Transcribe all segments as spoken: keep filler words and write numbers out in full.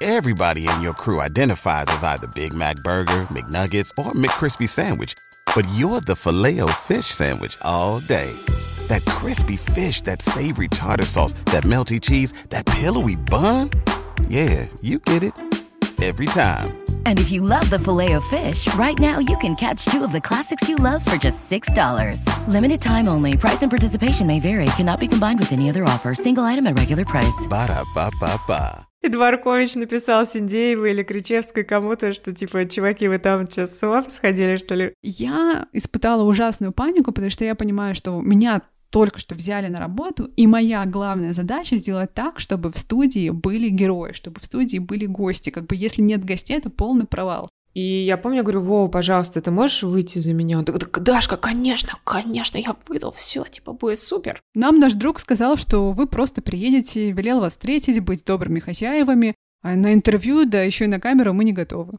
Everybody in your crew identifies as either Big Mac Burger, McNuggets, or McCrispy Sandwich. But you're the Filet-O-Fish Sandwich all day. That crispy fish, that savory tartar sauce, that melty cheese, that pillowy bun. Yeah, you get it. Every time. And if you love the Filet-O-Fish, right now you can catch two of the classics you love for just six dollars. Limited time only. Price and participation may vary. Cannot be combined with any other offer. Single item at regular price. Ба-да-ба-ба-ба. И Дворкович написал Синдеевой или Кричевской кому-то, что типа, чуваки, вы там что, с ума сходили, что ли? Я испытала ужасную панику, потому что я понимаю, что меня только что взяли на работу, и моя главная задача сделать так, чтобы в студии были герои, чтобы в студии были гости. Как бы если нет гостей, это полный провал. И я помню, я говорю: Вова, пожалуйста, ты можешь выйти за меня? Он такой: Дашка, конечно, конечно, я выйду, все, типа, будет супер. Нам наш друг сказал, что вы просто приедете, велел вас встретить, быть добрыми хозяевами, а на интервью, да еще и на камеру мы не готовы.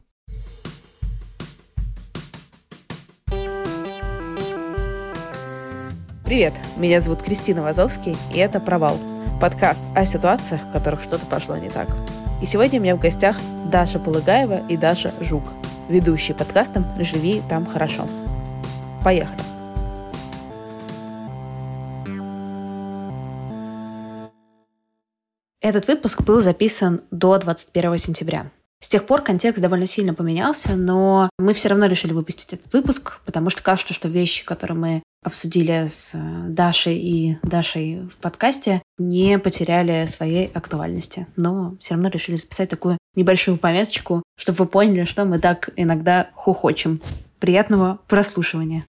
Привет, меня зовут Кристина Вазовский, и это «Провал» — подкаст о ситуациях, в которых что-то пошло не так. И сегодня у меня в гостях Даша Полыгаева и Даша Жук, ведущие подкастом «Живи там хорошо». Поехали! Этот выпуск был записан до двадцать первого сентября. С тех пор контекст довольно сильно поменялся, но мы все равно решили выпустить этот выпуск, потому что кажется, что вещи, которые мы обсудили с Дашей и Дашей в подкасте, не потеряли своей актуальности. Но все равно решили записать такую небольшую пометочку, чтобы вы поняли, что мы так иногда хохочем. Приятного прослушивания.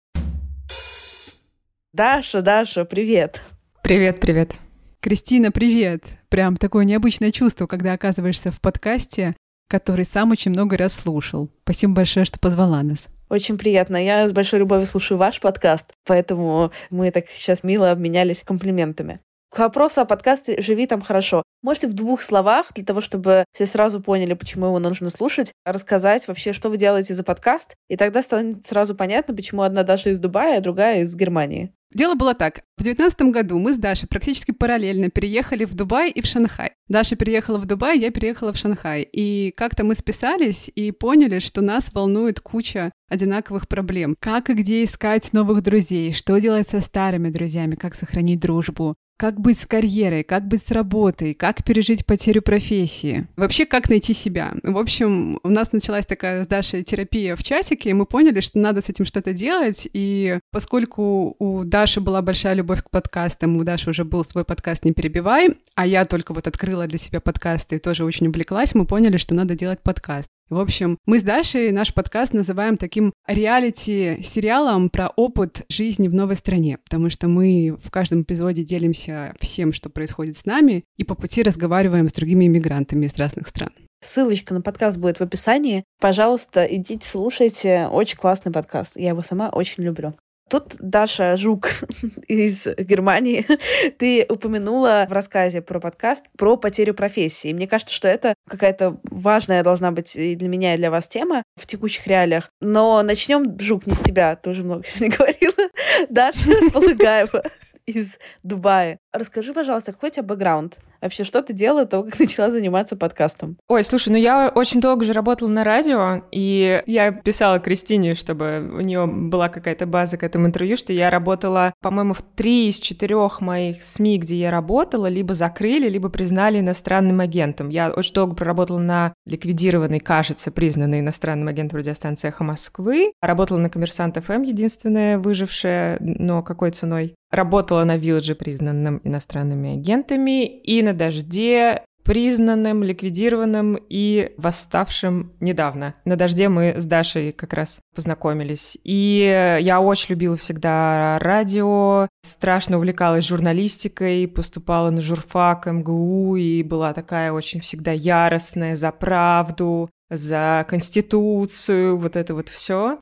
Даша, Даша, привет. Привет, привет. Кристина, привет. Прям такое необычное чувство, когда оказываешься в подкасте, который сам очень много раз слушал. Спасибо большое, что позвала нас. Очень приятно. Я с большой любовью слушаю ваш подкаст, поэтому мы так сейчас мило обменялись комплиментами. К вопросу о подкасте «Живи там хорошо». Можете в двух словах, для того, чтобы все сразу поняли, почему его нужно слушать, рассказать вообще, что вы делаете за подкаст, и тогда станет сразу понятно, почему одна Даша из Дубая, а другая из Германии. Дело было так. В две тысячи девятнадцатом году мы с Дашей практически параллельно переехали в Дубай и в Шанхай. Даша переехала в Дубай, я переехала в Шанхай. И как-то мы списались и поняли, что нас волнует куча одинаковых проблем. Как и где искать новых друзей, что делать со старыми друзьями, как сохранить дружбу, как быть с карьерой, как быть с работой, как пережить потерю профессии. Вообще, как найти себя. В общем, у нас началась такая с Дашей терапия в чатике, и мы поняли, что надо с этим что-то делать. И поскольку у Даши была большая любовь к подкастам, у Даши уже был свой подкаст «Не перебивай», а я только вот открыла для себя подкасты и тоже очень увлеклась, мы поняли, что надо делать подкаст. В общем, мы с Дашей наш подкаст называем таким реалити-сериалом про опыт жизни в новой стране, потому что мы в каждом эпизоде делимся всем, что происходит с нами, и по пути разговариваем с другими иммигрантами из разных стран. Ссылочка на подкаст будет в описании. Пожалуйста, идите, слушайте. Очень классный подкаст. Я его сама очень люблю. Тут Даша Жук из Германии, ты упомянула в рассказе про подкаст про потерю профессии. Мне кажется, что это какая-то важная должна быть и для меня, и для вас тема в текущих реалиях. Но начнем, Жук, не с тебя, ты уже много сегодня говорила. Даша Полыгаева из Дубая. Расскажи, пожалуйста, какой у тебя бэкграунд? Вообще, что ты делала до того, как начала заниматься подкастом? Ой, слушай, ну я очень долго же работала на радио, и я писала Кристине, чтобы у нее была какая-то база к этому интервью, что я работала, по-моему, в три из четырех моих СМИ, где я работала, либо закрыли, либо признали иностранным агентом. Я очень долго проработала на ликвидированной, кажется, признанной иностранным агентом радиостанции «Эхо Москвы». Работала на Коммерсант эф эм, единственная выжившая, но какой ценой. Работала на Вилладже, признанным иностранными агентами, и на Дожде, признанным, ликвидированным и восставшим недавно. На Дожде мы с Дашей как раз познакомились. И я очень любила всегда радио, страшно увлекалась журналистикой, поступала на журфак эм гэ у и была такая очень всегда яростная за правду, за Конституцию, вот это вот все.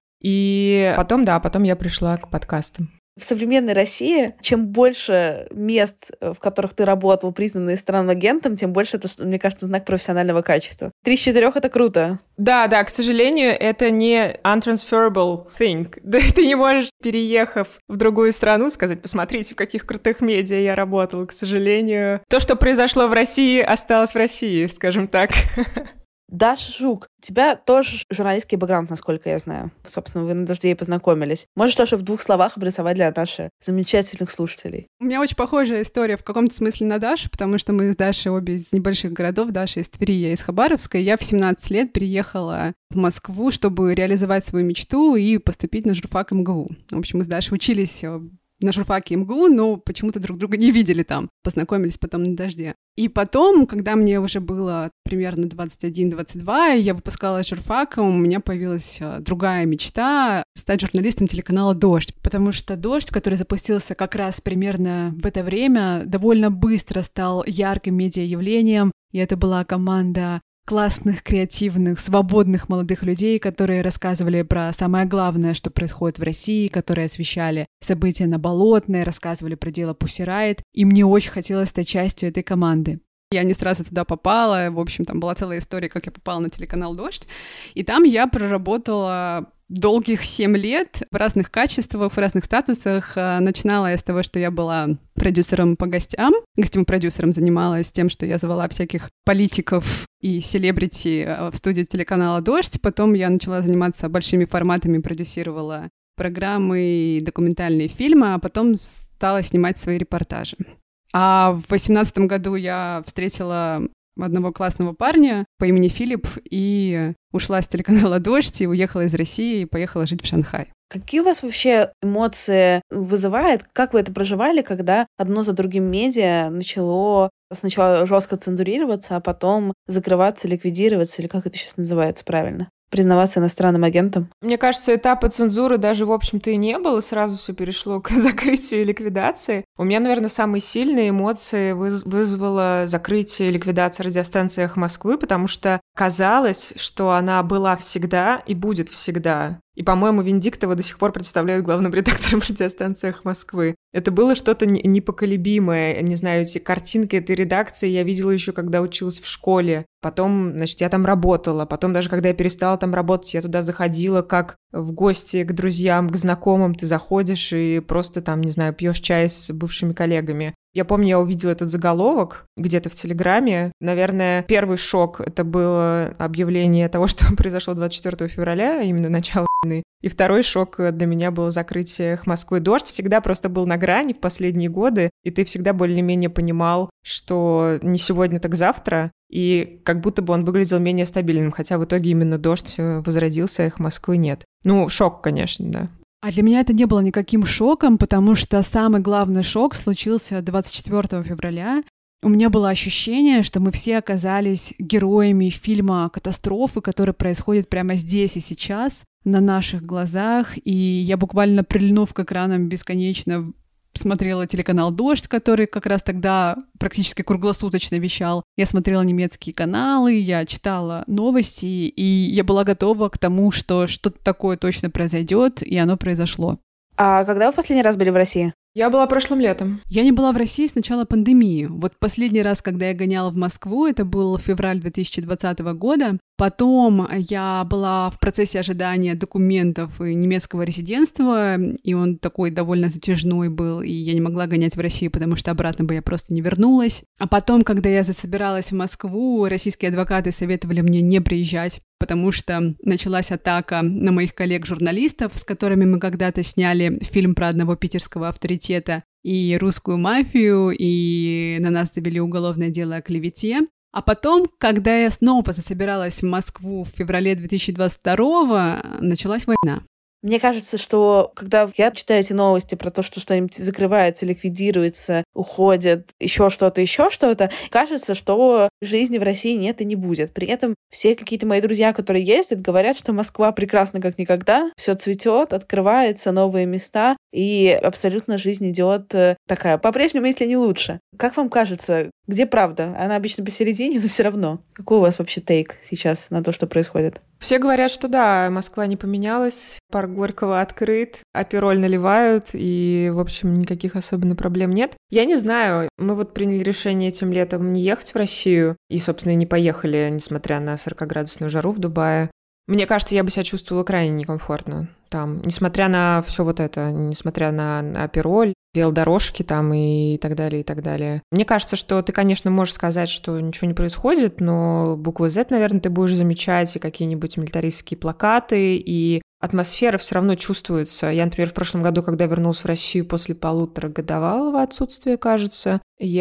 И потом, да, потом я пришла к подкастам. В современной России, чем больше мест, в которых ты работал, признанные иностранным агентом, тем больше это, мне кажется, знак профессионального качества. Три из четырех — это круто. Да, да, к сожалению, это не untransferable thing. Ты не можешь, переехав в другую страну, сказать: посмотрите, в каких крутых медиа я работала. К сожалению, то, что произошло в России, осталось в России, скажем так. Даша Жук, у тебя тоже журналистский бэкграунд, насколько я знаю. Собственно, вы на «Дожде» и познакомились. Можешь тоже в двух словах обрисовать для Даши замечательных слушателей? У меня очень похожая история в каком-то смысле на Дашу, потому что мы с Дашей обе из небольших городов. Даша из Твери, я из Хабаровска. Я в семнадцать лет переехала в Москву, чтобы реализовать свою мечту и поступить на журфак эм гэ у. В общем, мы с Дашей учились на журфаке эм гэ у, но почему-то друг друга не видели там. Познакомились потом на «Дожде». И потом, когда мне уже было примерно двадцать один двадцать два, и я выпускалась с журфака, у меня появилась другая мечта — стать журналистом телеканала «Дождь». Потому что «Дождь», который запустился как раз примерно в это время, довольно быстро стал ярким медиаявлением, и это была команда классных, креативных, свободных молодых людей, которые рассказывали про самое главное, что происходит в России, которые освещали события на Болотной, рассказывали про дело Pussy Riot, и мне очень хотелось стать частью этой команды. Я не сразу туда попала, в общем, там была целая история, как я попала на телеканал «Дождь», и там я проработала долгих семь лет в разных качествах, в разных статусах. Начинала я с того, что я была продюсером по гостям, гостевым продюсером, занималась тем, что я звала всяких политиков и селебрити в студию телеканала «Дождь». Потом я начала заниматься большими форматами, продюсировала программы и документальные фильмы, а потом стала снимать свои репортажи. А в восемнадцатом году я встретила одного классного парня по имени Филипп и ушла с телеканала «Дождь» и уехала из России и поехала жить в Шанхай. Какие у вас вообще эмоции вызывает? Как вы это проживали, когда одно за другим медиа начало сначала жестко цензурироваться, а потом закрываться, ликвидироваться, или как это сейчас называется правильно? Признаваться иностранным агентом? Мне кажется, этапа цензуры даже, в общем-то, и не было. Сразу все перешло к закрытию и ликвидации. У меня, наверное, самые сильные эмоции выз- вызвало закрытие и ликвидация радиостанции «Эхо Москвы», потому что казалось, что она была всегда и будет всегда. И, по-моему, Венедиктова до сих пор представляют главным редактором радиостанции «Эхо Москвы». Это было что-то непоколебимое. Не знаю, эти картинки этой редакции я видела еще, когда училась в школе. Потом, значит, я там работала. Потом даже, когда я перестала там работать, я туда заходила как в гости к друзьям, к знакомым. Ты заходишь и просто там, не знаю, пьешь чай с бывшими коллегами. Я помню, я увидела этот заголовок где-то в Телеграме. Наверное, первый шок — это было объявление того, что произошло двадцать четвёртого февраля, именно начало войны. И второй шок для меня было закрытие «Эхо Москвы». «Дождь» всегда просто был на грани в последние годы, и ты всегда более-менее понимал, что не сегодня, так завтра, и как будто бы он выглядел менее стабильным, хотя в итоге именно «Дождь» возродился, «Эхо Москвы» нет. Ну, шок, конечно, да. А для меня это не было никаким шоком, потому что самый главный шок случился двадцать четвёртого февраля. У меня было ощущение, что мы все оказались героями фильма «Катастрофы», который происходит прямо здесь и сейчас, на наших глазах, и я буквально, прильнув к экранам, бесконечно смотрела телеканал «Дождь», который как раз тогда практически круглосуточно вещал. Я смотрела немецкие каналы, я читала новости, и я была готова к тому, что что-то такое точно произойдет, и оно произошло. А когда вы в последний раз были в России? Я была прошлым летом. Я не была в России с начала пандемии. Вот последний раз, когда я гоняла в Москву, это был февраль две тысячи двадцатого года. Потом я была в процессе ожидания документов и немецкого резидентства, и он такой довольно затяжной был, и я не могла гонять в Россию, потому что обратно бы я просто не вернулась. А потом, когда я засобиралась в Москву, российские адвокаты советовали мне не приезжать, потому что началась атака на моих коллег-журналистов, с которыми мы когда-то сняли фильм про одного питерского авторитета и русскую мафию, и на нас завели уголовное дело о клевете. А потом, когда я снова засобиралась в Москву в феврале две тысячи двадцать второго, началась война. Мне кажется, что когда я читаю эти новости про то, что что-нибудь закрывается, ликвидируется, уходит, еще что-то, еще что-то, кажется, что жизни в России нет и не будет. При этом все какие-то мои друзья, которые ездят, говорят, что Москва прекрасна как никогда, все цветет, открывается, новые места, и абсолютно жизнь идет такая, по-прежнему, если не лучше. Как вам кажется, где правда? Она обычно посередине, но все равно. Какой у вас вообще тейк сейчас на то, что происходит? Все говорят, что да, Москва не поменялась, парк Горького открыт, апероль наливают, и, в общем, никаких особенно проблем нет. Я не знаю, мы вот приняли решение этим летом не ехать в Россию, и, собственно, и не поехали, несмотря на сорокаградусную жару в Дубае. Мне кажется, я бы себя чувствовала крайне некомфортно там, несмотря на все вот это, несмотря на, на апероль. велодорожки там и так далее, и так далее. Мне кажется, что ты, конечно, можешь сказать, что ничего не происходит, но буквы Z, наверное, ты будешь замечать, и какие-нибудь милитаристские плакаты, и атмосфера все равно чувствуется. Я, например, в прошлом году, когда вернулась в Россию после полуторагодовалого отсутствия, кажется,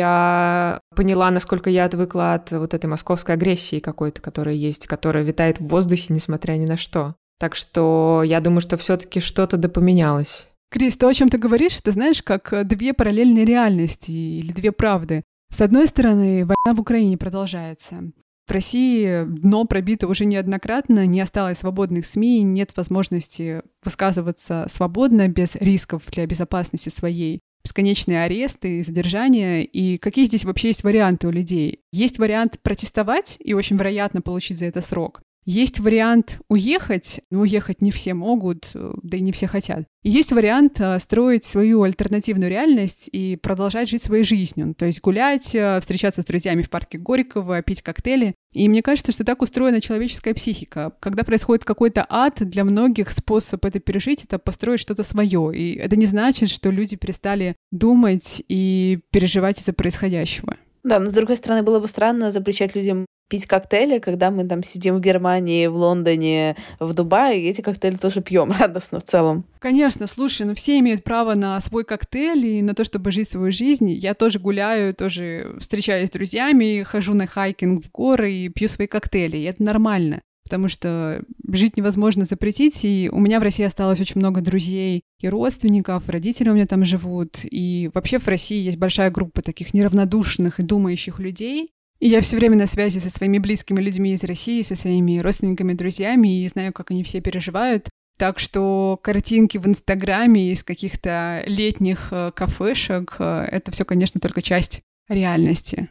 я поняла, насколько я отвыкла от вот этой московской агрессии какой-то, которая есть, которая витает в воздухе, несмотря ни на что. Так что я думаю, что все-таки что-то да поменялось. Крис, то, о чем ты говоришь, это, знаешь, как две параллельные реальности или две правды. С одной стороны, война в Украине продолжается. В России дно пробито уже неоднократно, не осталось свободных СМИ, нет возможности высказываться свободно, без рисков для безопасности своей. Бесконечные аресты и задержания. И какие здесь вообще есть варианты у людей? Есть вариант протестовать и очень вероятно получить за это срок. Есть вариант уехать, но уехать не все могут, да и не все хотят. И есть вариант строить свою альтернативную реальность и продолжать жить своей жизнью. То есть гулять, встречаться с друзьями в парке Горького, пить коктейли. И мне кажется, что так устроена человеческая психика. Когда происходит какой-то ад, для многих способ это пережить — это построить что-то свое. И это не значит, что люди перестали думать и переживать из-за происходящего. Да, но с другой стороны, было бы странно запрещать людям пить коктейли, когда мы там сидим в Германии, в Лондоне, в Дубае, и эти коктейли тоже пьем радостно в целом. Конечно, слушай, ну все имеют право на свой коктейль и на то, чтобы жить свою жизнь. Я тоже гуляю, тоже встречаюсь с друзьями, хожу на хайкинг в горы и пью свои коктейли, и это нормально. Потому что жить невозможно запретить, и у меня в России осталось очень много друзей и родственников, родители у меня там живут, и вообще в России есть большая группа таких неравнодушных и думающих людей, и я все время на связи со своими близкими людьми из России, со своими родственниками, друзьями, и знаю, как они все переживают. Так что картинки в Инстаграме из каких-то летних кафешек — это все, конечно, только часть реальности.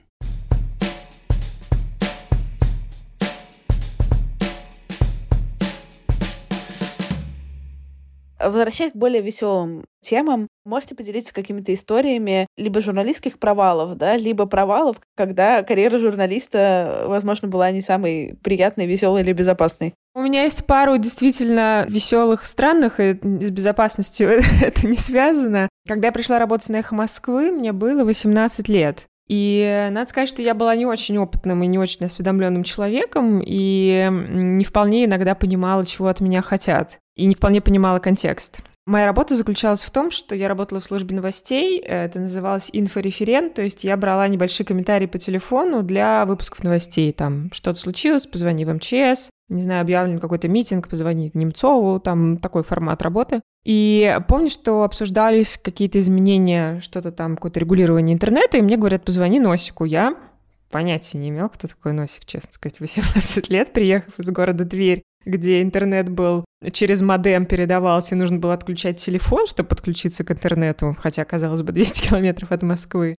Возвращаясь к более веселым темам, можете поделиться какими-то историями либо журналистских провалов, да, либо провалов, когда карьера журналиста, возможно, была не самой приятной, веселой или безопасной? У меня есть пару действительно веселых, странных, и с безопасностью это не связано. Когда я пришла работать на «Эхо Москвы», мне было восемнадцать лет. И надо сказать, что я была не очень опытным и не очень осведомленным человеком, и не вполне иногда понимала, чего от меня хотят, и не вполне понимала контекст. Моя работа заключалась в том, что я работала в службе новостей, это называлось инфореферент, то есть я брала небольшие комментарии по телефону для выпусков новостей, там что-то случилось, позвони в эм че эс, не знаю, объявлен какой-то митинг, позвони Немцову, там такой формат работы. И помню, что обсуждались какие-то изменения, что-то там, какое-то регулирование интернета, и мне говорят, позвони Носику. Я понятия не имела, кто такой Носик, честно сказать, восемнадцать лет, приехав из города Тверь, где интернет был через модем передавался, и нужно было отключать телефон, чтобы подключиться к интернету, хотя, казалось бы, двести километров от Москвы.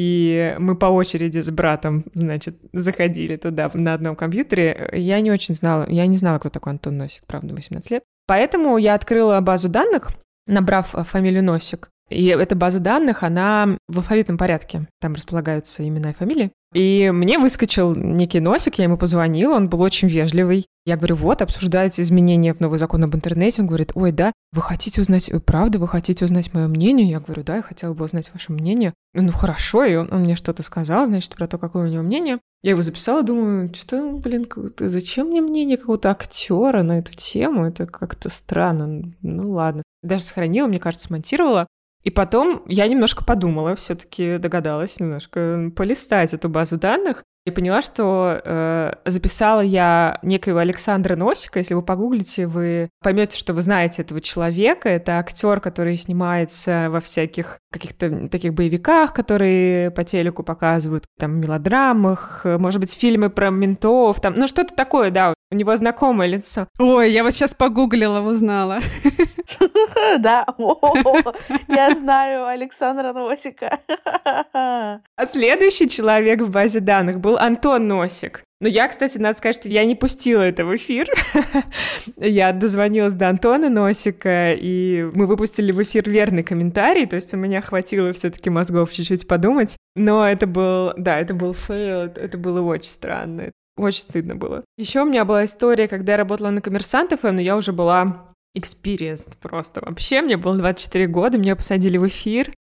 И мы по очереди с братом, значит, заходили туда на одном компьютере. Я не очень знала, я не знала, кто такой Антон Носик, правда, восемнадцать лет. Поэтому я открыла базу данных, набрав фамилию Носик. И эта база данных, она в алфавитном порядке. Там располагаются имена и фамилии. И мне выскочил некий Носик, я ему позвонила, он был очень вежливый. Я говорю, вот, обсуждаются изменения в новый закон об интернете. Он говорит, ой, да, вы хотите узнать, правда, вы хотите узнать мое мнение? Я говорю, да, я хотела бы узнать ваше мнение. Ну, хорошо, и он, он мне что-то сказал, значит, про то, какое у него мнение. Я его записала, думаю, что, блин, зачем мне мнение какого-то актера на эту тему? Это как-то странно. Ну, ладно. Даже сохранила, мне кажется, смонтировала. И потом я немножко подумала, все-таки догадалась немножко полистать эту базу данных и поняла, что э, записала я некоего Александра Носика. Если вы погуглите, вы поймете, что вы знаете этого человека. Это актер, который снимается во всяких каких-то таких боевиках, которые по телеку показывают, там, мелодрамах, может быть, фильмы про ментов, там, ну, что-то такое, да, у него знакомое лицо. Ой, я вот сейчас погуглила, узнала. Да, я знаю Александра Носика. А следующий человек в базе данных был Антон Носик. Но я, кстати, надо сказать, что я не пустила это в эфир. Я дозвонилась до Антона Носика, и мы выпустили в эфир верный комментарий, то есть у меня хватило все-таки мозгов чуть-чуть подумать. Но это был, да, это был фейл, это было очень странно. Очень стыдно было. Еще у меня была история, когда я работала на Коммерсант эф эм, но я уже была experienced просто вообще. Мне было двадцать четыре года, меня посадили в эфир.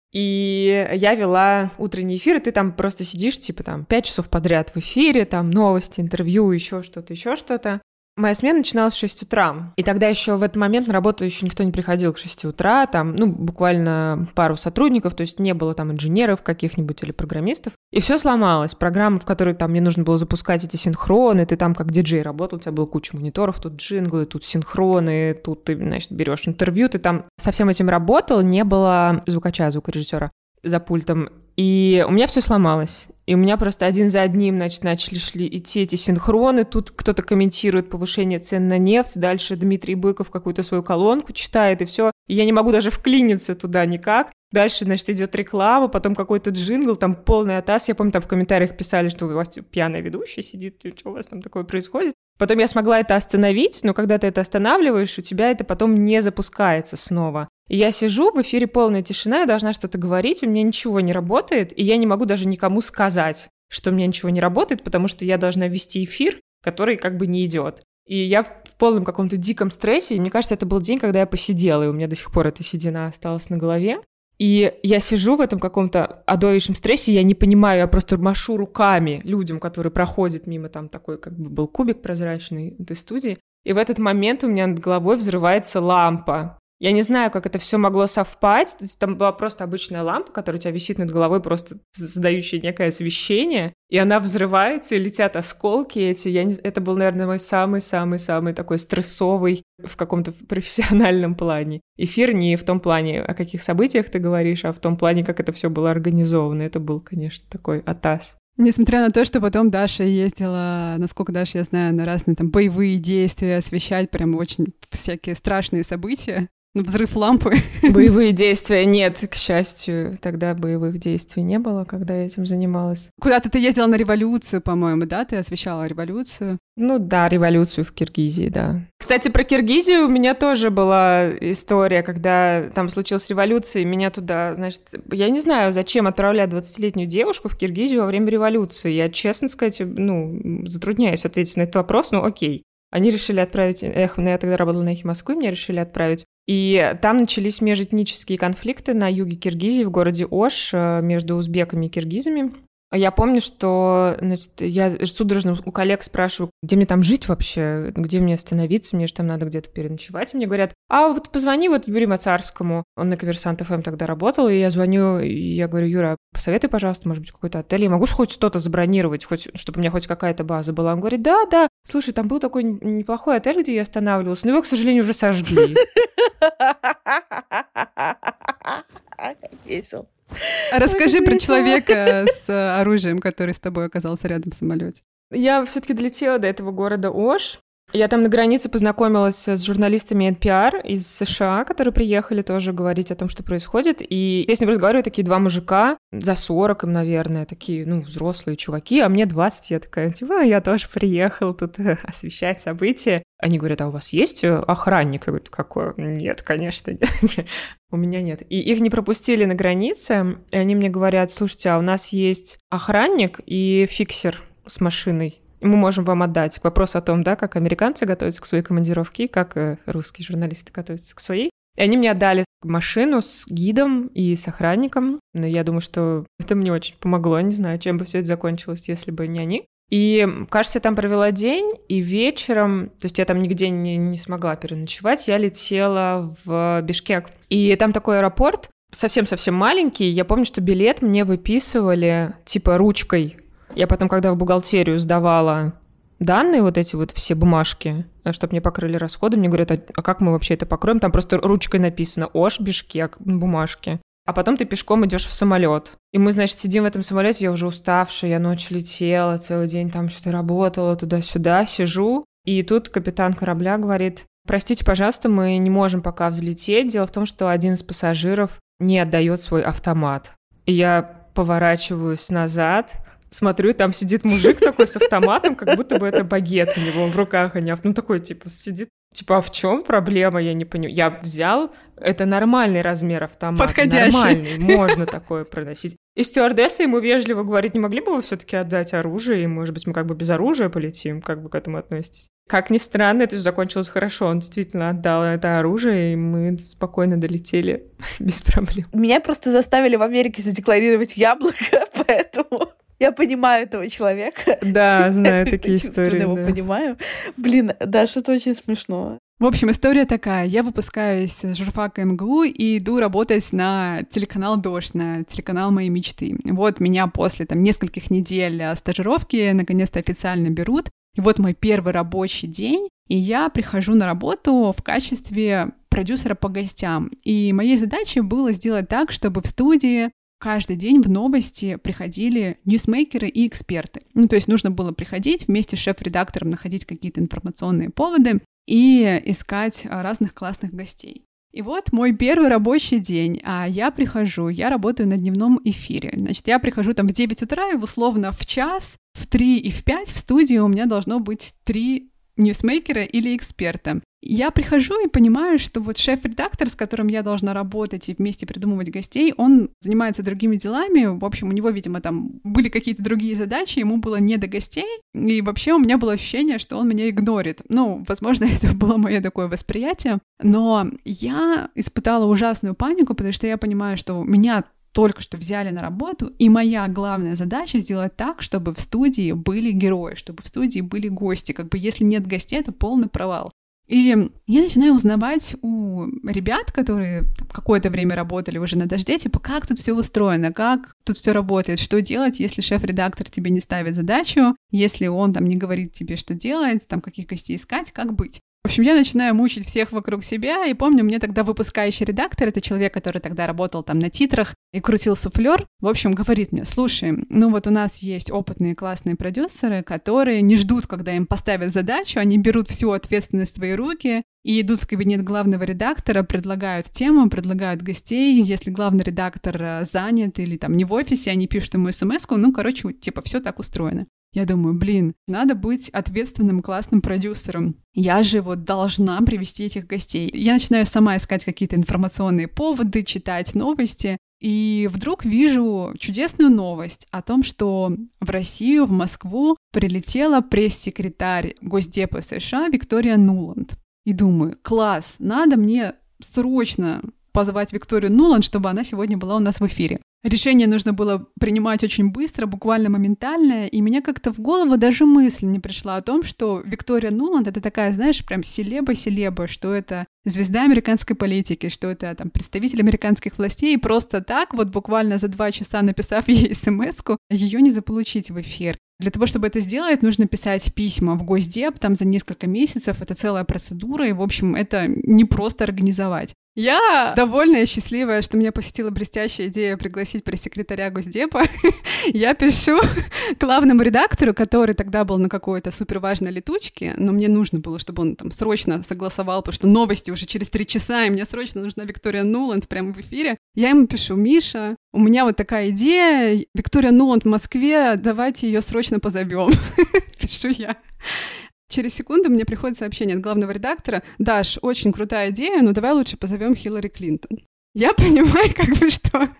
И я вела утренний эфир, и ты там просто сидишь, типа, там, пять часов подряд в эфире, там, новости, интервью, еще что-то, еще что-то. Моя смена начиналась в шесть утра, и тогда еще в этот момент на работу еще никто не приходил к шести утра, там, ну, буквально пару сотрудников, то есть не было там инженеров каких-нибудь или программистов, и все сломалось. Программа, в которой там мне нужно было запускать эти синхроны, ты там как диджей работал, у тебя было куча мониторов, тут джинглы, тут синхроны, тут ты, значит, берешь интервью, ты там со всем этим работал, не было звукача, звукорежиссера за пультом, и у меня все сломалось. И у меня просто один за одним, значит, начали шли идти эти синхроны. Тут кто-то комментирует повышение цен на нефть. Дальше Дмитрий Быков какую-то свою колонку читает, и все. И я не могу даже вклиниться туда никак. Дальше, значит, идет реклама, потом какой-то джингл, там полный атас. Я помню, там в комментариях писали, что у вас пьяная ведущая сидит, что у вас там такое происходит. Потом я смогла это остановить, но когда ты это останавливаешь, у тебя это потом не запускается снова. И я сижу, в эфире полная тишина, я должна что-то говорить, у меня ничего не работает, и я не могу даже никому сказать, что у меня ничего не работает, потому что я должна вести эфир, который как бы не идет. И я в полном каком-то диком стрессе, и мне кажется, это был день, когда я посидела, и у меня до сих пор эта седина осталась на голове. И я сижу в этом каком-то адовейшем стрессе, я не понимаю, я просто машу руками людям, которые проходят мимо, там такой как бы был кубик прозрачный этой студии, и в этот момент у меня над головой взрывается лампа. Я не знаю, как это все могло совпасть. То есть там была просто обычная лампа, которая у тебя висит над головой, просто создающая некое освещение, и она взрывается, и летят осколки эти. Я не... Это был, наверное, мой самый-самый-самый такой стрессовый в каком-то профессиональном плане эфир, не в том плане, о каких событиях ты говоришь, а в том плане, как это все было организовано. Это был, конечно, такой атас. Несмотря на то, что потом Даша ездила, насколько Даша, я знаю, на разные там боевые действия, освещать прям очень всякие страшные события. Взрыв лампы. Боевые действия нет, к счастью. Тогда боевых действий не было, когда я этим занималась. Куда-то ты ездила на революцию, по-моему, да? Ты освещала революцию. Ну да, революцию в Киргизии, да. Кстати, про Киргизию у меня тоже была история, когда там случилась революция, и меня туда, значит, я не знаю, зачем отправлять двадцатилетнюю девушку в Киргизию во время революции. Я, честно сказать, ну, затрудняюсь ответить на этот вопрос, но окей. Они решили отправить, эхо, я тогда работала на Эхе Москвы, меня решили отправить. И там начались межэтнические конфликты на юге Киргизии, в городе Ош, между узбеками и киргизами. Я помню, что, значит, я судорожно у коллег спрашиваю, где мне там жить вообще, где мне остановиться, мне же там надо где-то переночевать. И мне говорят, а вот позвони вот Юрию Мацарскому, он на Коммерсант эф эм тогда работал, и я звоню, и я говорю, Юра, посоветуй, пожалуйста, может быть, какой-то отель, я могу хоть что-то забронировать, хоть, чтобы у меня хоть какая-то база была. Он говорит, да, да, слушай, там был такой неплохой отель, где я останавливалась, но его, к сожалению, уже сожгли. Весело. А расскажи про человека с оружием, который с тобой оказался рядом в самолете. Я все-таки долетела до этого города Ош. Я там на границе познакомилась с журналистами эн пи ар из США, которые приехали тоже говорить о том, что происходит. И я с ним разговариваю, такие два мужика, за сорок им, наверное, такие, ну, взрослые чуваки, а мне двадцать. Я такая, типа, я тоже приехал тут освещать события. Они говорят, а у вас есть охранник? Я говорю, какой? Нет, конечно, нет. У меня нет. И их не пропустили на границе, и они мне говорят, слушайте, а у нас есть охранник и фиксер с машиной. И мы можем вам отдать. Вопрос о том, да, как американцы готовятся к своей командировке, и как русские журналисты готовятся к своей. И они мне отдали машину с гидом и с охранником. Но я думаю, что это мне очень помогло. Не знаю, чем бы все это закончилось, если бы не они. И, кажется, я там провела день, и вечером, то есть я там нигде не, не смогла переночевать, я летела в Бишкек. И там такой аэропорт, совсем-совсем маленький. Я помню, что билет мне выписывали типа ручкой. Я потом, когда в бухгалтерию сдавала данные, вот эти вот все бумажки, чтобы мне покрыли расходы, мне говорят, а, а как мы вообще это покроем? Там просто ручкой написано «Ош, Бишкек», бумажки. А потом ты пешком идешь в самолет. И мы, значит, сидим в этом самолете, я уже уставшая, я ночью летела, целый день там что-то работала, туда-сюда, сижу. И тут капитан корабля говорит, простите, пожалуйста, мы не можем пока взлететь. Дело в том, что один из пассажиров не отдает свой автомат. И я поворачиваюсь назад, смотрю, там сидит мужик такой с автоматом, как будто бы это багет у него в руках, а не автомат. Ну, такой, типа, сидит. Типа, а в чем проблема, я не понимаю. Я взял, это нормальный размер автомата. Подходящий. Нормальный, можно такое проносить. И стюардесса ему вежливо говорит, не могли бы вы все-таки отдать оружие, и, может быть, мы как бы без оружия полетим, как бы к этому относитесь? Как ни странно, это закончилось хорошо. Он действительно отдал это оружие, и мы спокойно долетели без проблем. Меня просто заставили в Америке задекларировать яблоко, поэтому я понимаю этого человека. Да, знаю такие истории. Я его понимаю. Блин, Даша, это очень смешно. В общем, история такая. Я выпускаюсь с журфака эм гэ у и иду работать на телеканал «Дождь», на телеканал моей мечты. Вот меня после там нескольких недель стажировки наконец-то официально берут. И вот мой первый рабочий день, и я прихожу на работу в качестве продюсера по гостям. И моей задачей было сделать так, чтобы в студии каждый день в новости приходили ньюсмейкеры и эксперты. Ну, то есть нужно было приходить вместе с шеф-редактором, находить какие-то информационные поводы и искать разных классных гостей. И вот мой первый рабочий день, а я прихожу, я работаю на дневном эфире. Значит, я прихожу там в девять утра, и условно в час, в три и в пять в студии у меня должно быть три ньюсмейкера или эксперта. Я прихожу и понимаю, что вот шеф-редактор, с которым я должна работать и вместе придумывать гостей, он занимается другими делами. В общем, у него, видимо, там были какие-то другие задачи, ему было не до гостей. И вообще у меня было ощущение, что он меня игнорит. Ну, возможно, это было мое такое восприятие. Но я испытала ужасную панику, потому что я понимаю, что меня только что взяли на работу, и моя главная задача сделать так, чтобы в студии были герои, чтобы в студии были гости. Как бы если нет гостей, это полный провал. И я начинаю узнавать у ребят, которые какое-то время работали уже на «Дожде», типа, как тут все устроено, как тут все работает, что делать, если шеф-редактор тебе не ставит задачу, если он там не говорит тебе, что делать, там, каких гостей искать, как быть. В общем, я начинаю мучить всех вокруг себя, и помню, мне тогда выпускающий редактор, это человек, который тогда работал там на титрах и крутил суфлёр, в общем, говорит мне: слушай, ну вот у нас есть опытные классные продюсеры, которые не ждут, когда им поставят задачу, они берут всю ответственность в свои руки и идут в кабинет главного редактора, предлагают тему, предлагают гостей, если главный редактор занят или там не в офисе, они пишут ему смс-ку, ну, короче, типа, все так устроено. Я думаю, блин, надо быть ответственным классным продюсером. Я же вот должна привести этих гостей. Я начинаю сама искать какие-то информационные поводы, читать новости. И вдруг вижу чудесную новость о том, что в Россию, в Москву прилетела пресс-секретарь Госдепа США Виктория Нуланд. И думаю, класс, надо мне срочно позвать Викторию Нуланд, чтобы она сегодня была у нас в эфире. Решение нужно было принимать очень быстро, буквально моментально, и мне как-то в голову даже мысль не пришла о том, что Виктория Нуланд — это такая, знаешь, прям селеба-селеба, что это звезда американской политики, что это там представитель американских властей, и просто так, вот буквально за два часа написав ей смс-ку, ее не заполучить в эфир. Для того, чтобы это сделать, нужно писать письма в Госдеп, там за несколько месяцев, это целая процедура, и, в общем, это не просто организовать. Я довольная и счастливая, что меня посетила блестящая идея пригласить пресс-секретаря Госдепа. Я пишу главному редактору, который тогда был на какой-то суперважной летучке, но мне нужно было, чтобы он там срочно согласовал, потому что новости уже через три часа, и мне срочно нужна Виктория Нуланд прямо в эфире. Я ему пишу: Миша, у меня вот такая идея, Виктория Нуланд в Москве, давайте ее срочно позовем. Пишу я. Через секунду мне приходит сообщение от главного редактора: Даш, очень крутая идея, но давай лучше позовем Хиллари Клинтон. Я понимаю, как бы, что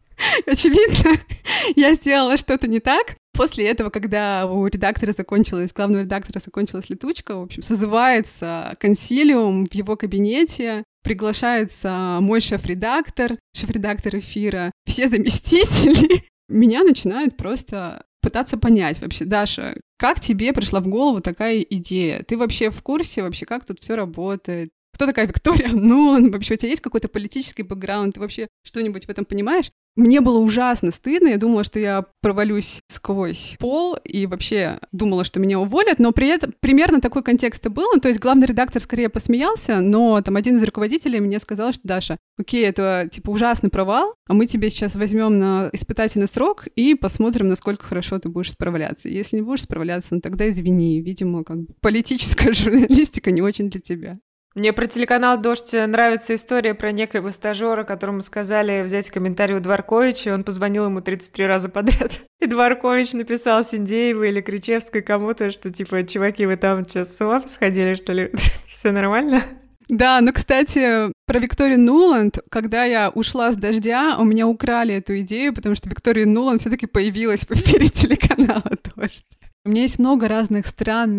очевидно, я сделала что-то не так. После этого, когда у редактора закончилась, главного редактора закончилась летучка, в общем, созывается консилиум в его кабинете, приглашается мой шеф-редактор, шеф-редактор эфира, все заместители. Меня начинают просто пытаться понять вообще: Даша, как тебе пришла в голову такая идея? Ты вообще в курсе вообще, как тут все работает? Кто такая Виктория Нуланд? Вообще у тебя есть какой-то политический бэкграунд? Ты вообще что-нибудь в этом понимаешь? Мне было ужасно стыдно, я думала, что я провалюсь сквозь пол, и вообще думала, что меня уволят, но при этом примерно такой контекст и был. Ну, то есть главный редактор скорее посмеялся, но там один из руководителей мне сказал, что: Даша, окей, это типа ужасный провал, а мы тебя сейчас возьмем на испытательный срок и посмотрим, насколько хорошо ты будешь справляться. Если не будешь справляться, ну тогда извини, видимо, как бы политическая журналистика не очень для тебя. Мне про телеканал «Дождь» нравится история про некоего стажера, которому сказали взять комментарий у Дворковича, и он позвонил ему тридцать три раза подряд. И Дворкович написал Синдеевой или Кричевской кому-то, что типа: чуваки, вы там что, с ума сходили, что ли? Все нормально? Да, но, кстати, про Викторию Нуланд, когда я ушла с «Дождя», у меня украли эту идею, потому что Виктория Нуланд все-таки появилась в эфире телеканала «Дождь». У меня есть много разных странных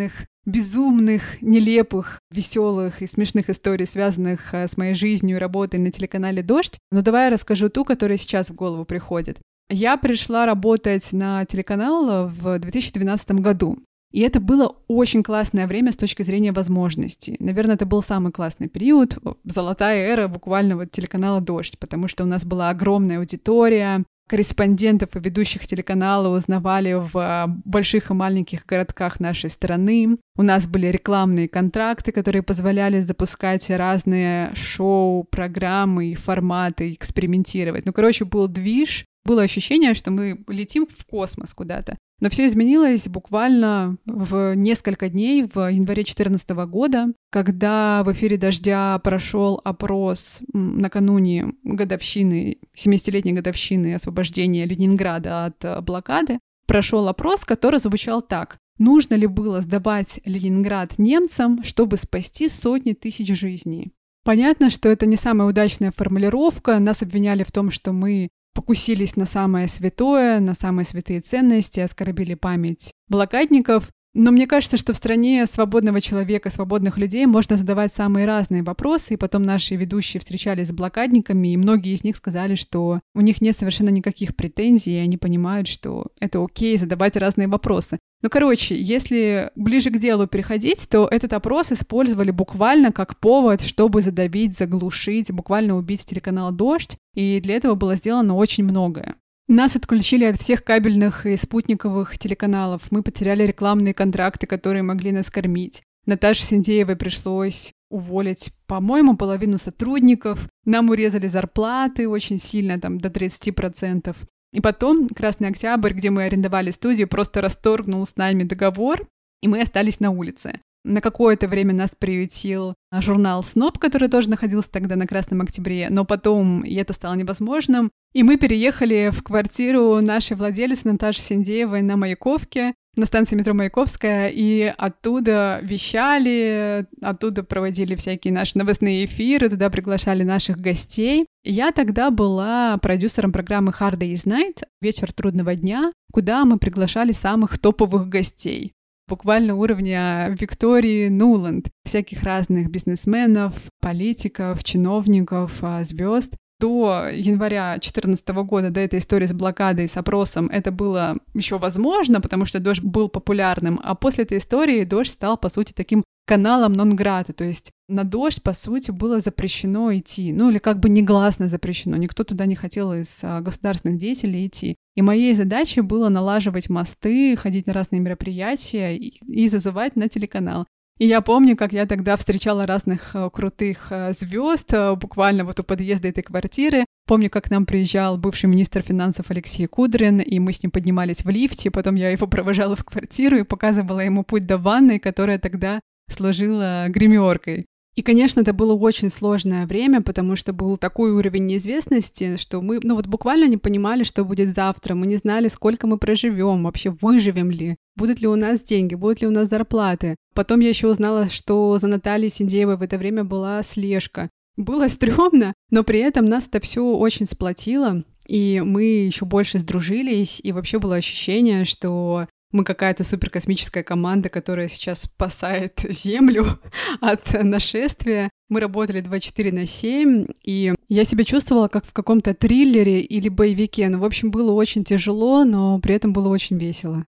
безумных, нелепых, веселых и смешных историй, связанных с моей жизнью и работой на телеканале «Дождь». Но давай я расскажу ту, которая сейчас в голову приходит. Я пришла работать на телеканал в две тысячи двенадцатом году. И это было очень классное время с точки зрения возможностей. Наверное, это был самый классный период, золотая эра буквально вот телеканала «Дождь», потому что у нас была огромная аудитория, корреспондентов и ведущих телеканала узнавали в больших и маленьких городках нашей страны. У нас были рекламные контракты, которые позволяли запускать разные шоу, программы, форматы, экспериментировать. Ну, короче, был движ. Было ощущение, что мы летим в космос куда-то. Но все изменилось буквально в несколько дней в январе две тысячи четырнадцатого года, когда в эфире «Дождя» прошел опрос накануне годовщины, семидесятилетней годовщины освобождения Ленинграда от блокады. Прошел опрос, который звучал так. Нужно ли было сдавать Ленинград немцам, чтобы спасти сотни тысяч жизней? Понятно, что это не самая удачная формулировка. Нас обвиняли в том, что мы покусились на самое святое, на самые святые ценности, оскорбили память блокадников. Но мне кажется, что в стране свободного человека, свободных людей можно задавать самые разные вопросы, и потом наши ведущие встречались с блокадниками, и многие из них сказали, что у них нет совершенно никаких претензий, и они понимают, что это окей задавать разные вопросы. Ну, короче, если ближе к делу переходить, то этот опрос использовали буквально как повод, чтобы задавить, заглушить, буквально убить телеканал «Дождь», и для этого было сделано очень многое. Нас отключили от всех кабельных и спутниковых телеканалов. Мы потеряли рекламные контракты, которые могли нас кормить. Наташе Синдеевой пришлось уволить, по-моему, половину сотрудников. Нам урезали зарплаты очень сильно, там, до тридцати процентов. И потом «Красный Октябрь», где мы арендовали студию, просто расторгнул с нами договор, и мы остались на улице. На какое-то время нас приютил журнал «Сноб», который тоже находился тогда на Красном Октябре, но потом и это стало невозможным, и мы переехали в квартиру нашей владелицы Наташи Синдеевой на Маяковке, на станции метро Маяковская, и оттуда вещали, оттуда проводили всякие наши новостные эфиры, туда приглашали наших гостей. Я тогда была продюсером программы Hard Day's Night «Вечер трудного дня», куда мы приглашали самых топовых гостей. Буквально уровня Виктории Нуланд, всяких разных бизнесменов, политиков, чиновников, звезд. До января две тысячи четырнадцатого года, до этой истории с блокадой, с опросом, это было еще возможно, потому что «Дождь» был популярным, а после этой истории «Дождь» стал, по сути, таким каналом нон-грата, то есть на «Дождь», по сути, было запрещено идти, ну или как бы негласно запрещено, никто туда не хотел из государственных деятелей идти. И моей задачей было налаживать мосты, ходить на разные мероприятия и, и зазывать на телеканал. И я помню, как я тогда встречала разных э, крутых э, звезд, э, буквально вот у подъезда этой квартиры. Помню, как к нам приезжал бывший министр финансов Алексей Кудрин, и мы с ним поднимались в лифте, потом я его провожала в квартиру и показывала ему путь до ванной, которая тогда служила гримеркой. И, конечно, это было очень сложное время, потому что был такой уровень неизвестности, что мы, ну вот буквально не понимали, что будет завтра, мы не знали, сколько мы проживем, вообще выживем ли, будут ли у нас деньги, будут ли у нас зарплаты. Потом я еще узнала, что за Натальей Синдеевой в это время была слежка. Было стрёмно, но при этом нас это все очень сплотило, и мы еще больше сдружились, и вообще было ощущение, что мы какая-то суперкосмическая команда, которая сейчас спасает Землю от нашествия. Мы работали двадцать четыре на семь, и я себя чувствовала как в каком-то триллере или боевике. Ну, в общем, было очень тяжело, но при этом было очень весело.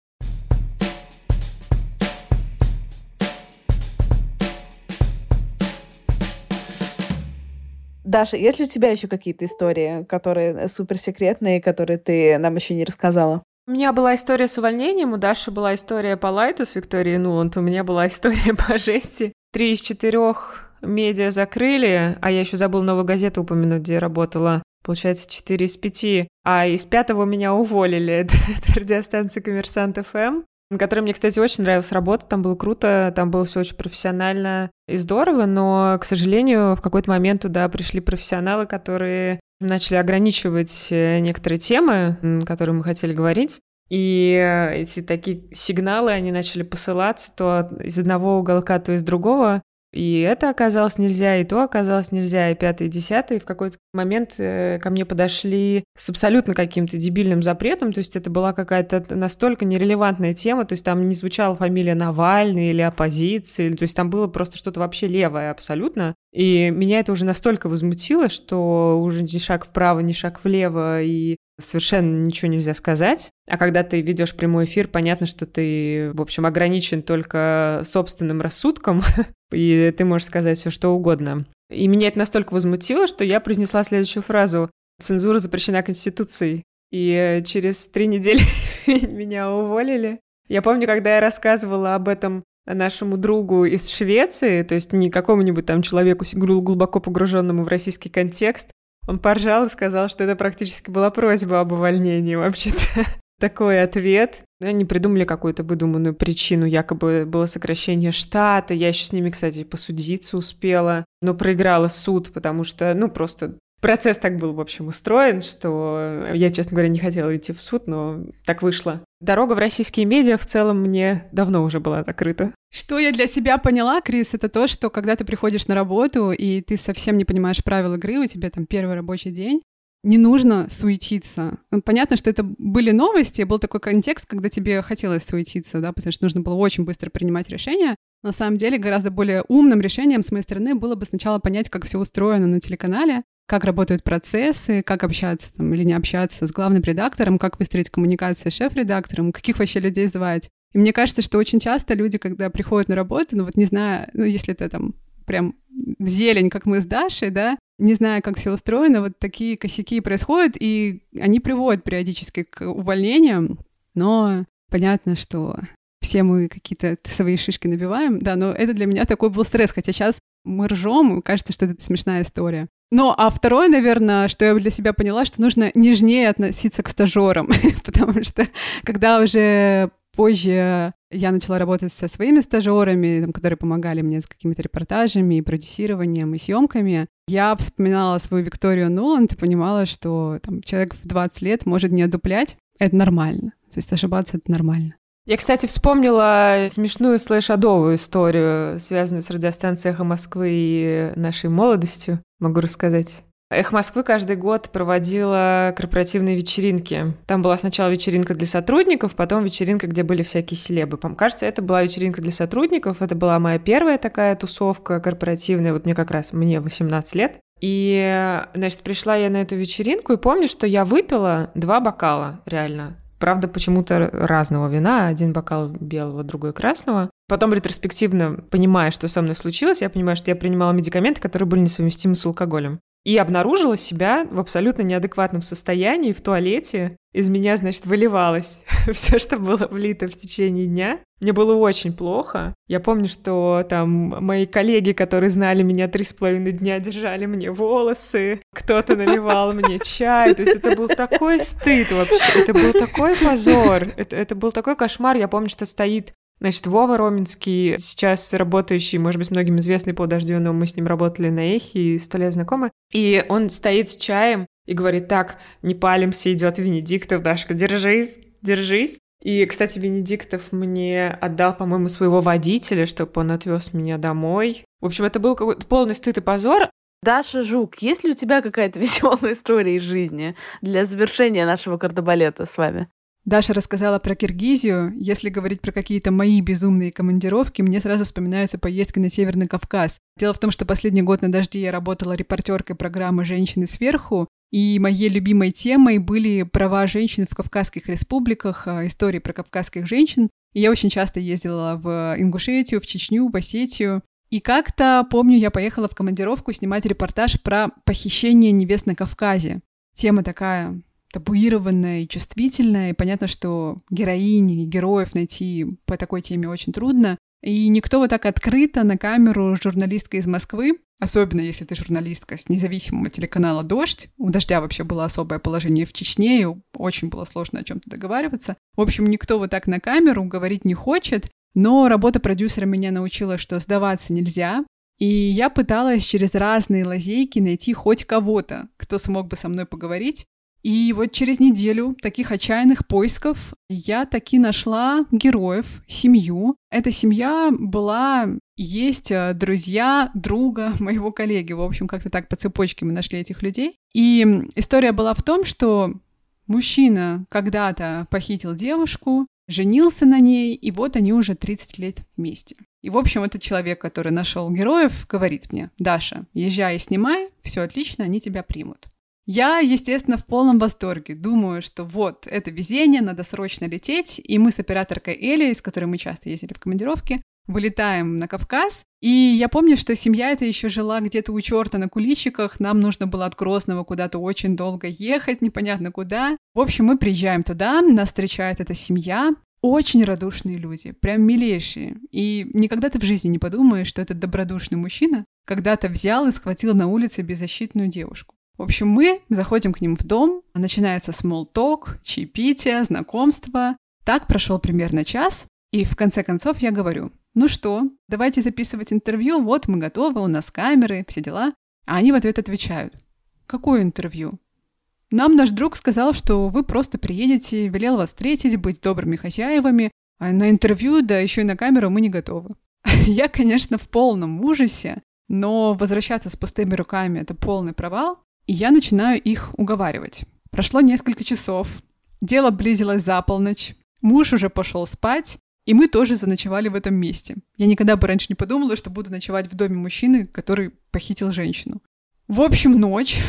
Даша, есть ли у тебя еще какие-то истории, которые суперсекретные, которые ты нам еще не рассказала? У меня была история с увольнением, у Даши была история по лайту с Викторией Нуланд, у меня была история по жести. Три из четырех медиа закрыли, а я еще забыла «Новую газету» упомянуть, где я работала. Получается, четыре из пяти. А из пятого меня уволили. Это, это радиостанция «Коммерсант эф эм», на которой мне, кстати, очень нравилась работа. Там было круто, там было все очень профессионально и здорово, но, к сожалению, в какой-то момент туда пришли профессионалы, которые начали ограничивать некоторые темы, которые мы хотели говорить. И эти такие сигналы, они начали посылаться то из одного уголка, то из другого. И это оказалось нельзя, и то оказалось нельзя, и пятое, и десятое. И в какой-то момент э, ко мне подошли с абсолютно каким-то дебильным запретом, то есть это была какая-то настолько нерелевантная тема, то есть там не звучала фамилия Навальный или оппозиции, то есть там было просто что-то вообще левое абсолютно. И меня это уже настолько возмутило, что уже ни шаг вправо, ни шаг влево, и совершенно ничего нельзя сказать. А когда ты ведешь прямой эфир, понятно, что ты, в общем, ограничен только собственным рассудком, и ты можешь сказать все что угодно. И меня это настолько возмутило, что я произнесла следующую фразу: «Цензура запрещена Конституцией». И через три недели меня уволили. Я помню, когда я рассказывала об этом нашему другу из Швеции, то есть не какому-нибудь там человеку глубоко погруженному в российский контекст, он поржал и сказал, что это практически была просьба об увольнении вообще-то. Такой ответ. Они придумали какую-то выдуманную причину, якобы было сокращение штата. Я еще с ними, кстати, посудиться успела, но проиграла суд, потому что, ну, просто процесс так был, в общем, устроен, что я, честно говоря, не хотела идти в суд, но так вышло. Дорога в российские медиа в целом мне давно уже была закрыта. Что я для себя поняла, Крис, это то, что когда ты приходишь на работу, и ты совсем не понимаешь правил игры, у тебя там первый рабочий день, не нужно суетиться. Понятно, что это были новости, был такой контекст, когда тебе хотелось суетиться, да, потому что нужно было очень быстро принимать решения. На самом деле, гораздо более умным решением с моей стороны было бы сначала понять, как все устроено на телеканале, как работают процессы, как общаться там, или не общаться с главным редактором, как выстроить коммуникацию с шеф-редактором, каких вообще людей звать. И мне кажется, что очень часто люди, когда приходят на работу, ну вот не знаю, ну если это там прям зелень, как мы с Дашей, да, не зная, как все устроено, вот такие косяки происходят, и они приводят периодически к увольнениям, но понятно, что все мы какие-то свои шишки набиваем, да, но это для меня такой был стресс, хотя сейчас мы ржем, и кажется, что это смешная история. Ну, а второе, наверное, что я для себя поняла, что нужно нежнее относиться к стажерам, потому что когда уже позже я начала работать со своими стажерами, там, которые помогали мне с какими-то репортажами, и продюсированием, и съемками, я вспоминала свою Викторию Нуланд и понимала, что там, человек в двадцать лет может не одуплять. Это нормально. То есть ошибаться — это нормально. Я, кстати, вспомнила смешную слэш-адовую историю, связанную с радиостанцией «Эхо Москвы» и нашей молодостью. Могу рассказать. «Эхо Москвы» каждый год проводила корпоративные вечеринки. Там была сначала вечеринка для сотрудников, потом вечеринка, где были всякие селебы. Кажется, это была вечеринка для сотрудников. Это была моя первая такая тусовка корпоративная. Вот мне как раз, мне восемнадцать лет. И, значит, пришла я на эту вечеринку и помню, что я выпила два бокала, реально. Правда, почему-то разного вина. Один бокал белого, другой красного. Потом ретроспективно, понимая, что со мной случилось, я понимаю, что я принимала медикаменты, которые были несовместимы с алкоголем. И обнаружила себя в абсолютно неадекватном состоянии в туалете. Из меня, значит, выливалось все, что было влито в течение дня. Мне было очень плохо. Я помню, что там мои коллеги, которые знали меня три с половиной дня, держали мне волосы. Кто-то наливал мне чай. То есть это был такой стыд вообще. Это был такой позор. Это, это был такой кошмар. Я помню, что стоит... Значит, Вова Роменский, сейчас работающий, может быть, многим известный по «Дождю», но мы с ним работали на «Эхе» и сто лет знакомы. И он стоит с чаем и говорит: так, не палимся, идет Венедиктов, Дашка, держись, держись. И, кстати, Венедиктов мне отдал, по-моему, своего водителя, чтобы он отвез меня домой. В общем, это был какой-то полный стыд и позор. Даша Жук, есть ли у тебя какая-то веселая история из жизни для завершения нашего кардебалета с вами? Даша рассказала про Киргизию. Если говорить про какие-то мои безумные командировки, мне сразу вспоминаются поездки на Северный Кавказ. Дело в том, что последний год на «Дожде» я работала репортеркой программы «Женщины сверху», и моей любимой темой были права женщин в Кавказских республиках, истории про кавказских женщин. И я очень часто ездила в Ингушетию, в Чечню, в Осетию. И как-то, помню, я поехала в командировку снимать репортаж про похищение невест на Кавказе. Тема такая... табуированная и чувствительная, и понятно, что героини и героев найти по такой теме очень трудно. И никто вот так открыто на камеру журналистка из Москвы, особенно если ты журналистка с независимого телеканала «Дождь», у «Дождя» вообще было особое положение в Чечне, и очень было сложно о чем-то договариваться. В общем, никто вот так на камеру говорить не хочет, но работа продюсера меня научила, что сдаваться нельзя, и я пыталась через разные лазейки найти хоть кого-то, кто смог бы со мной поговорить. И вот через неделю таких отчаянных поисков я таки нашла героев, семью. Эта семья была есть друзья друга моего коллеги. В общем, как-то так по цепочке мы нашли этих людей. И история была в том, что мужчина когда-то похитил девушку, женился на ней, и вот они уже тридцать лет вместе. И, в общем, этот человек, который нашел героев, говорит мне: Даша, езжай и снимай, все отлично, они тебя примут. Я, естественно, в полном восторге. Думаю, что вот, это везение, надо срочно лететь. И мы с операторкой Элей, с которой мы часто ездили в командировки, вылетаем на Кавказ. И я помню, что семья эта еще жила где-то у черта на куличиках. Нам нужно было от Грозного куда-то очень долго ехать, непонятно куда. В общем, мы приезжаем туда, нас встречает эта семья. Очень радушные люди, прям милейшие. И никогда ты в жизни не подумаешь, что этот добродушный мужчина когда-то взял и схватил на улице беззащитную девушку. В общем, мы заходим к ним в дом, начинается small talk, чаепитие, знакомство. Так прошел примерно час, и в конце концов я говорю: ну что, давайте записывать интервью, вот мы готовы, у нас камеры, все дела. А они в ответ отвечают: какое интервью? Нам наш друг сказал, что вы просто приедете, велел вас встретить, быть добрыми хозяевами, а на интервью, да еще и на камеру мы не готовы. Я, конечно, в полном ужасе, но возвращаться с пустыми руками — это полный провал. И я начинаю их уговаривать. Прошло несколько часов, дело близилось за полночь, муж уже пошел спать, и мы тоже заночевали в этом месте. Я никогда бы раньше не подумала, что буду ночевать в доме мужчины, который похитил женщину. В общем, ночь.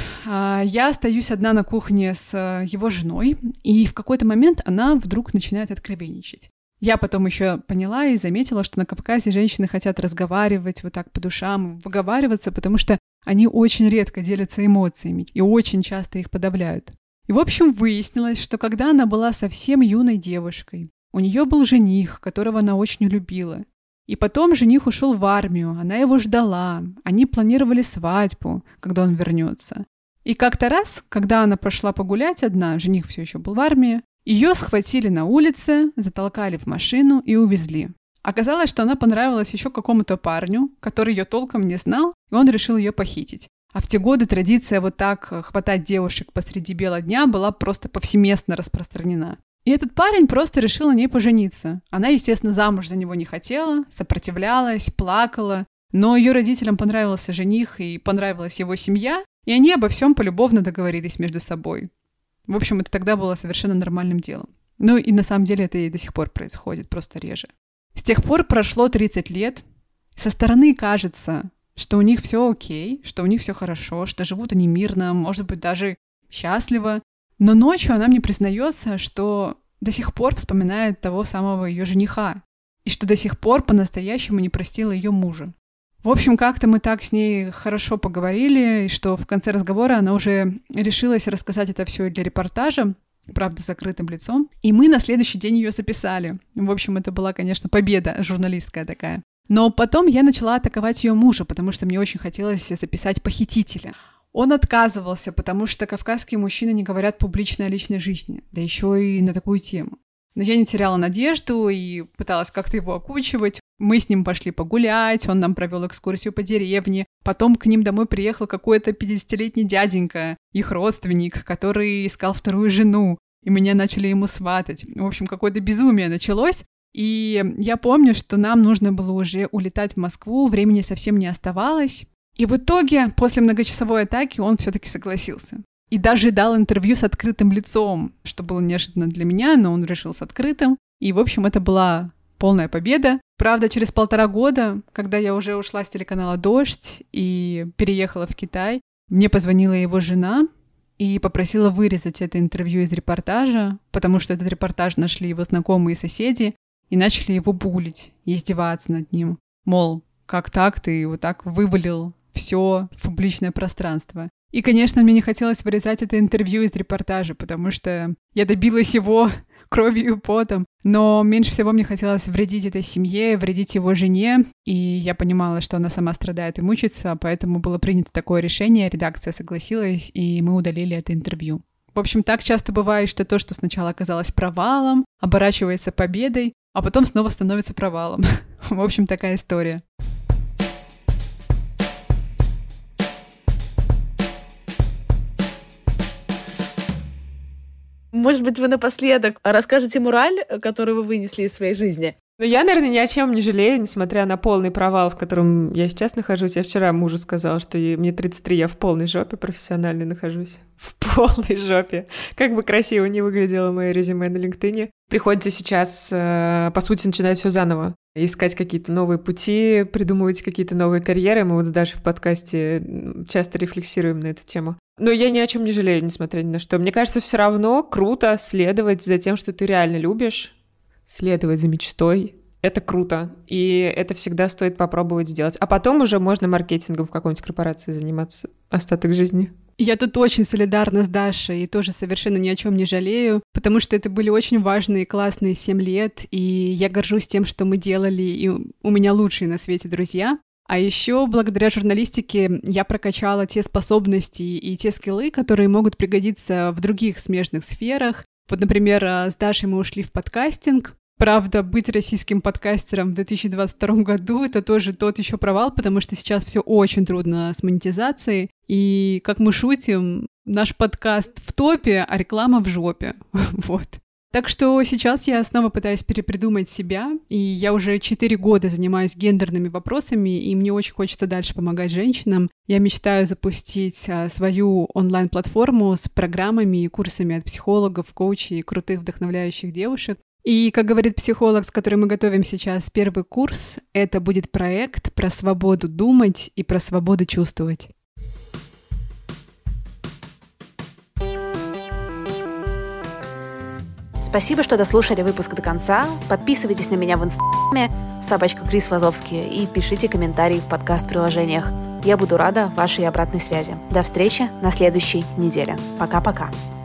Я остаюсь одна на кухне с его женой, и в какой-то момент она вдруг начинает откровенничать. Я потом еще поняла и заметила, что на Кавказе женщины хотят разговаривать вот так по душам, выговариваться, потому что они очень редко делятся эмоциями и очень часто их подавляют. И, в общем, выяснилось, что когда она была совсем юной девушкой, у нее был жених, которого она очень любила. И потом жених ушел в армию, она его ждала, они планировали свадьбу, когда он вернется. И как-то раз, когда она пошла погулять одна, жених все еще был в армии, ее схватили на улице, затолкали в машину и увезли. Оказалось, что она понравилась еще какому-то парню, который ее толком не знал, и он решил ее похитить. А в те годы традиция вот так хватать девушек посреди бела дня была просто повсеместно распространена. И этот парень просто решил на ней пожениться. Она, естественно, замуж за него не хотела, сопротивлялась, плакала, но ее родителям понравился жених и понравилась его семья, и они обо всем полюбовно договорились между собой. В общем, это тогда было совершенно нормальным делом. Ну и на самом деле это и до сих пор происходит, просто реже. С тех пор прошло тридцать лет. Со стороны кажется, что у них все окей, что у них все хорошо, что живут они мирно, может быть, даже счастливо. Но ночью она мне признается, что до сих пор вспоминает того самого ее жениха, и что до сих пор по-настоящему не простила ее мужа. В общем, как-то мы так с ней хорошо поговорили, и что в конце разговора она уже решилась рассказать это все для репортажа, правда, закрытым лицом. И мы на следующий день ее записали. В общем, это была, конечно, победа журналистская такая. Но потом я начала атаковать ее мужа, потому что мне очень хотелось записать похитителя. Он отказывался, потому что кавказские мужчины не говорят публично о личной жизни, да еще и на такую тему. Но я не теряла надежду и пыталась как-то его окучивать. Мы с ним пошли погулять, он нам провел экскурсию по деревне. Потом к ним домой приехал какой-то пятидесятилетний дяденька, их родственник, который искал вторую жену. И меня начали ему сватать. В общем, какое-то безумие началось. И я помню, что нам нужно было уже улетать в Москву, времени совсем не оставалось. И в итоге, после многочасовой атаки, он все-таки согласился. И даже дал интервью с открытым лицом, что было неожиданно для меня, но он решил с открытым. И, в общем, это была полная победа. Правда, через полтора года, когда я уже ушла с телеканала «Дождь» и переехала в Китай, мне позвонила его жена и попросила вырезать это интервью из репортажа, потому что этот репортаж нашли его знакомые и соседи и начали его булить и издеваться над ним. Мол, как так ты вот так вывалил все в публичное пространство. И, конечно, мне не хотелось вырезать это интервью из репортажа, потому что я добилась его кровью и потом. Но меньше всего мне хотелось вредить этой семье, вредить его жене. И я понимала, что она сама страдает и мучится, поэтому было принято такое решение, редакция согласилась, и мы удалили это интервью. В общем, так часто бывает, что то, что сначала оказалось провалом, оборачивается победой, а потом снова становится провалом. В общем, такая история. Может быть, вы напоследок расскажете мораль, которую вы вынесли из своей жизни? Но я, наверное, ни о чем не жалею, несмотря на полный провал, в котором я сейчас нахожусь. Я вчера мужу сказала, что мне тридцать три, я в полной жопе профессиональной нахожусь. В полной жопе. Как бы красиво не выглядело мое резюме на LinkedIn. Приходится сейчас, по сути, начинать все заново. Искать какие-то новые пути, придумывать какие-то новые карьеры. Мы вот с Дашей в подкасте часто рефлексируем на эту тему. Но я ни о чем не жалею, несмотря ни на что. Мне кажется, все равно круто следовать за тем, что ты реально любишь. Следовать за мечтой. Это круто. И это всегда стоит попробовать сделать. А потом уже можно маркетингом в какой-нибудь корпорации заниматься остаток жизни. Я тут очень солидарна с Дашей и тоже совершенно ни о чем не жалею, потому что это были очень важные, классные семь лет, и я горжусь тем, что мы делали, и у меня лучшие на свете друзья. А еще благодаря журналистике я прокачала те способности и те скиллы, которые могут пригодиться в других смежных сферах. Вот, например, с Дашей мы ушли в подкастинг. Правда, быть российским подкастером в две тысячи двадцать втором году — это тоже тот еще провал, потому что сейчас все очень трудно с монетизацией. И, как мы шутим, наш подкаст в топе, а реклама в жопе. Вот. Так что сейчас я снова пытаюсь перепридумать себя, и я уже четыре года занимаюсь гендерными вопросами, и мне очень хочется дальше помогать женщинам. Я мечтаю запустить а, свою онлайн-платформу с программами и курсами от психологов, коучей и крутых вдохновляющих девушек. И, как говорит психолог, с которым мы готовим сейчас первый курс, это будет проект про свободу думать и про свободу чувствовать. Спасибо, что дослушали выпуск до конца. Подписывайтесь на меня в инстаграме собачка Крис Вазовский и пишите комментарии в подкаст-приложениях. Я буду рада вашей обратной связи. До встречи на следующей неделе. Пока-пока.